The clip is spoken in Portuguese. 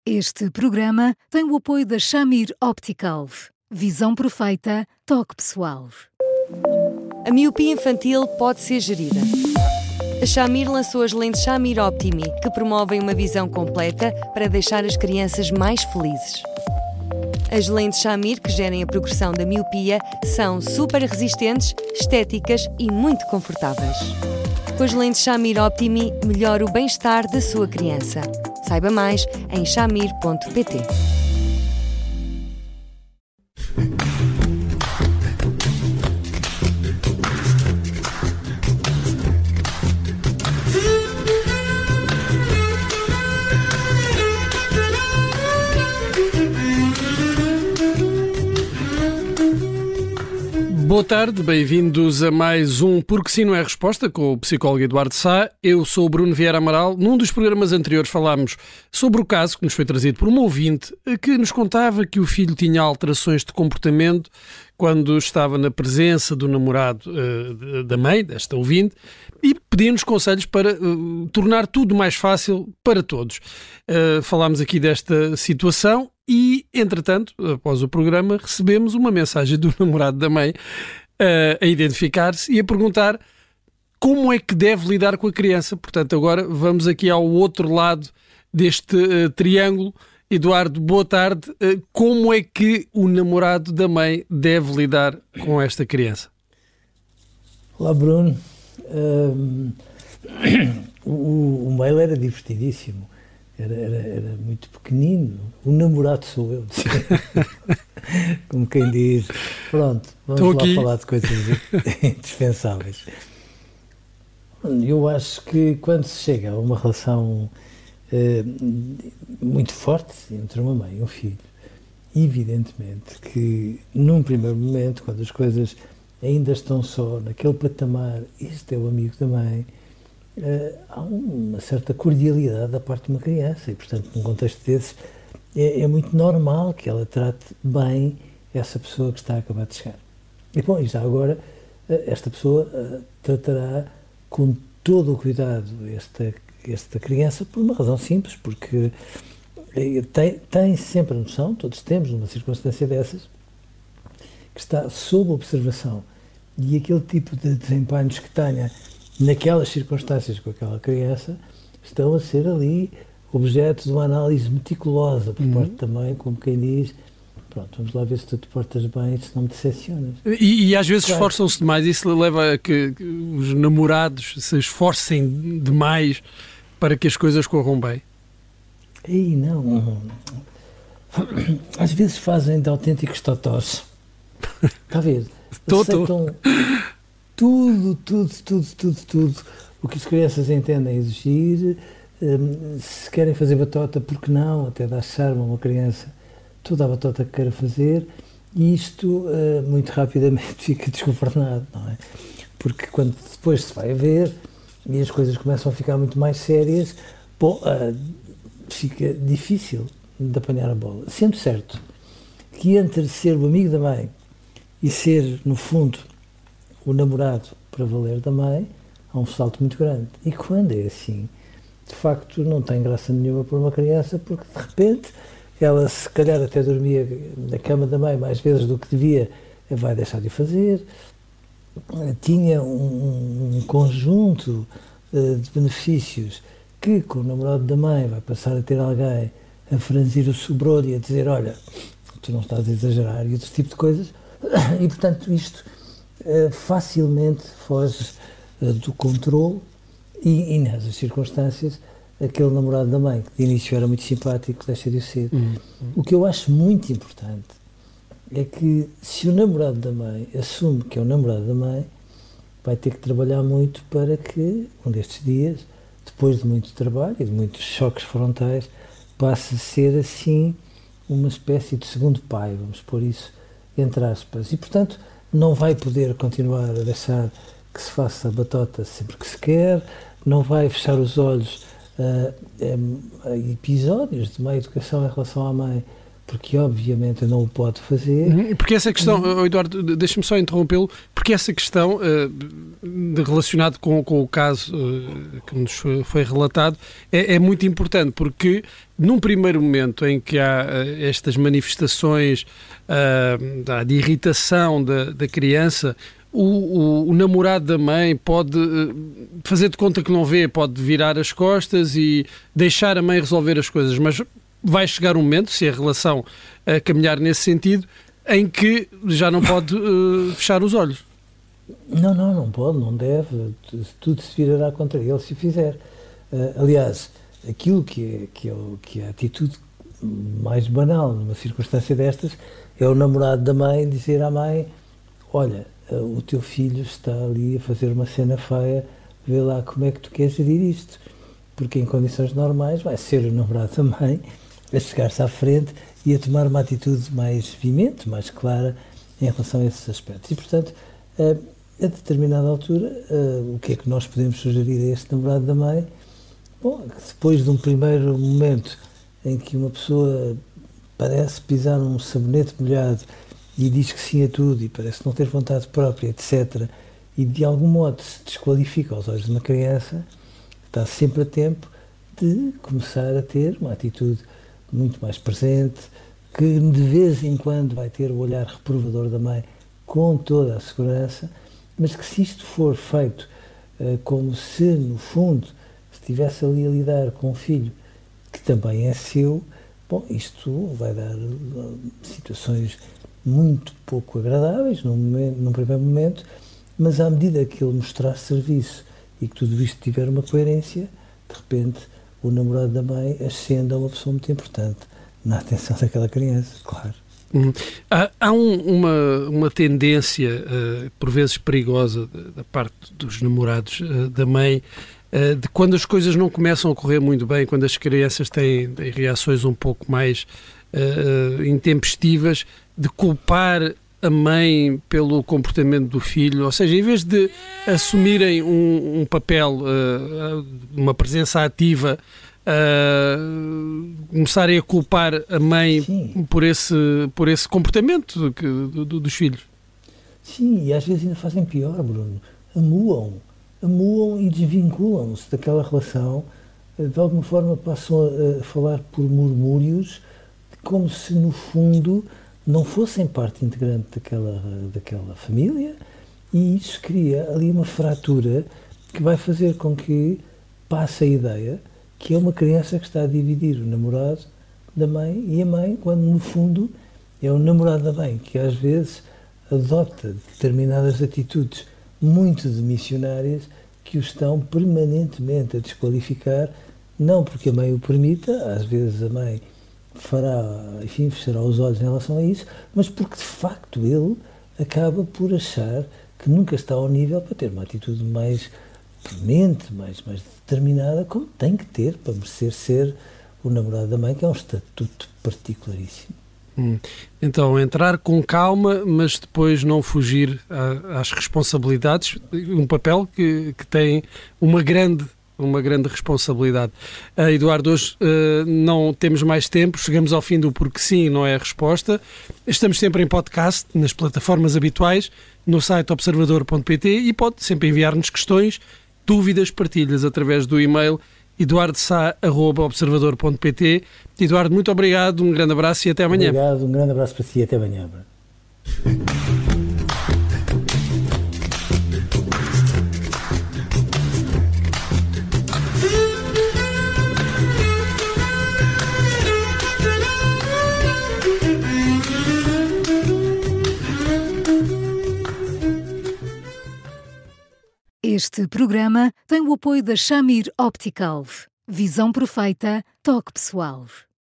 Este programa tem o apoio da Shamir Optical. Visão perfeita, toque pessoal. A miopia infantil pode ser gerida. A Shamir lançou as lentes Shamir Optimi, que promovem uma visão completa para deixar as crianças mais felizes. As lentes Shamir, que gerem a progressão da miopia, são super resistentes, estéticas e muito confortáveis. Com as lentes Shamir Optimi, melhora o bem-estar da sua criança. Saiba mais em shamir.pt. Boa tarde, bem-vindos a mais um Porque Sim Não é Resposta, com o psicólogo Eduardo Sá. Eu sou o Bruno Vieira Amaral. Num dos programas anteriores falámos sobre o caso que nos foi trazido por um ouvinte que nos contava que o filho tinha alterações de comportamento quando estava na presença do namorado da mãe, desta ouvinte, e pedia-nos conselhos para tornar tudo mais fácil para todos. Falámos aqui desta situação e, entretanto, após o programa, recebemos uma mensagem do namorado da mãe a identificar-se e a perguntar como é que deve lidar com a criança. Portanto, agora vamos aqui ao outro lado deste triângulo. Eduardo, boa tarde. Como é que o namorado da mãe deve lidar com esta criança? Olá, Bruno. O mail era divertidíssimo. Era muito pequenino. O namorado sou eu. Como quem diz. Pronto, vamos lá falar de coisas indispensáveis. Eu acho que quando se chega a uma relação muito forte entre uma mãe e um filho, evidentemente que num primeiro momento, quando as coisas ainda estão só naquele patamar, este é o amigo da mãe, há uma certa cordialidade da parte de uma criança e, portanto, num contexto desses, é muito normal que ela trate bem essa pessoa que está a acabar de chegar. E, bom, e já agora, esta pessoa tratará com todo o cuidado esta criança por uma razão simples, porque tem sempre a noção, todos temos numa circunstância dessas, que está sob observação e aquele tipo de desempenhos que tenha naquelas circunstâncias com aquela criança estão a ser ali objeto de uma análise meticulosa por parte da mãe, como quem diz, pronto, vamos lá ver se tu te portas bem e se não me decepcionas. E às vezes esforçam-se demais, isso leva a que os namorados se esforcem demais para que as coisas corram bem? Ei, não. Às vezes fazem de autênticos totós. Está a ver? Aceitam tudo o que as crianças entendem exigir. Se querem fazer batota, porque não? Até dá charme a uma criança toda a batota que queira fazer. E isto muito rapidamente fica desgovernado, não é? Porque quando depois se vai a ver e as coisas começam a ficar muito mais sérias, fica difícil de apanhar a bola. Sendo certo que entre ser o amigo da mãe e ser, no fundo, o namorado para valer da mãe, há um salto muito grande. E quando é assim, de facto, não tem graça nenhuma por uma criança, porque de repente ela, se calhar, até dormia na cama da mãe mais vezes do que devia, vai deixar de o fazer. Tinha um conjunto de benefícios que, com o namorado da mãe, vai passar a ter alguém a franzir o sobrolho e a dizer, olha, tu não estás a exagerar, e outro tipo de coisas. E, portanto, isto facilmente foge do controle e, nessas circunstâncias, aquele namorado da mãe, que de início era muito simpático, deixa de o ser. O que eu acho muito importante é que, se o namorado da mãe assume que é o namorado da mãe, vai ter que trabalhar muito para que, um destes dias, depois de muito trabalho e de muitos choques frontais, passe a ser, assim, uma espécie de segundo pai, vamos pôr isso entre aspas. E, portanto, não vai poder continuar a deixar que se faça a batota sempre que se quer, não vai fechar os olhos a episódios de má educação em relação à mãe porque obviamente não o pode fazer. Porque essa questão, Eduardo, deixa-me só interrompê-lo, porque essa questão relacionada com o caso que nos foi relatado é muito importante, porque num primeiro momento em que há estas manifestações de irritação da criança, o namorado da mãe pode fazer de conta que não vê, pode virar as costas e deixar a mãe resolver as coisas, mas vai chegar um momento, se a relação caminhar nesse sentido, em que já não pode fechar os olhos. Não pode, não deve. Tudo se virará contra ele se o fizer. Aliás, aquilo que é a atitude mais banal numa circunstância destas é o namorado da mãe dizer à mãe: olha, o teu filho está ali a fazer uma cena feia, vê lá como é que tu queres gerir isto. Porque em condições normais vai ser o namorado da mãe a chegar-se à frente e a tomar uma atitude mais veemente, mais clara em relação a esses aspectos. E, portanto, a determinada altura, o que é que nós podemos sugerir a este namorado da mãe? Bom, depois de um primeiro momento em que uma pessoa parece pisar num sabonete molhado e diz que sim a tudo e parece não ter vontade própria, etc., e de algum modo se desqualifica aos olhos de uma criança, está sempre a tempo de começar a ter uma atitude muito mais presente, que de vez em quando vai ter o olhar reprovador da mãe com toda a segurança, mas que se isto for feito como se, no fundo, estivesse ali a lidar com um filho que também é seu, bom, isto vai dar situações muito pouco agradáveis num primeiro momento, mas à medida que ele mostrar serviço e que tudo isto tiver uma coerência, de repente o namorado da mãe ascende a uma pessoa muito importante na atenção daquela criança, claro. Há uma tendência, por vezes perigosa, da parte dos namorados da mãe, de quando as coisas não começam a correr muito bem, quando as crianças têm reações um pouco mais intempestivas, de culpar a mãe pelo comportamento do filho, ou seja, em vez de assumirem um papel, uma presença ativa, começarem a culpar a mãe por esse comportamento dos filhos. Sim, e às vezes ainda fazem pior, Bruno. Amuam e desvinculam-se daquela relação, de alguma forma passam a falar por murmúrios, como se no fundo não fossem parte integrante daquela família, e isso cria ali uma fratura que vai fazer com que passe a ideia que é uma criança que está a dividir o namorado da mãe e a mãe, quando no fundo é o namorado da mãe que às vezes adota determinadas atitudes muito de missionárias que o estão permanentemente a desqualificar, não porque a mãe o permita, às vezes a mãe fechará os olhos em relação a isso, mas porque de facto ele acaba por achar que nunca está ao nível para ter uma atitude mais premente, mais determinada, como tem que ter para merecer ser o namorado da mãe, que é um estatuto particularíssimo. Então, entrar com calma, mas depois não fugir às responsabilidades, um papel que tem uma grande responsabilidade. Eduardo, hoje não temos mais tempo, chegamos ao fim do Porque Sim Não É a Resposta. Estamos sempre em podcast, nas plataformas habituais, no site observador.pt, e pode sempre enviar-nos questões, dúvidas, partilhas através do e-mail eduardosá@observador.pt. Eduardo, muito obrigado, um grande abraço e até amanhã. Obrigado, um grande abraço para si e até amanhã. Este programa tem o apoio da Shamir Optical. Visão perfeita, toque pessoal.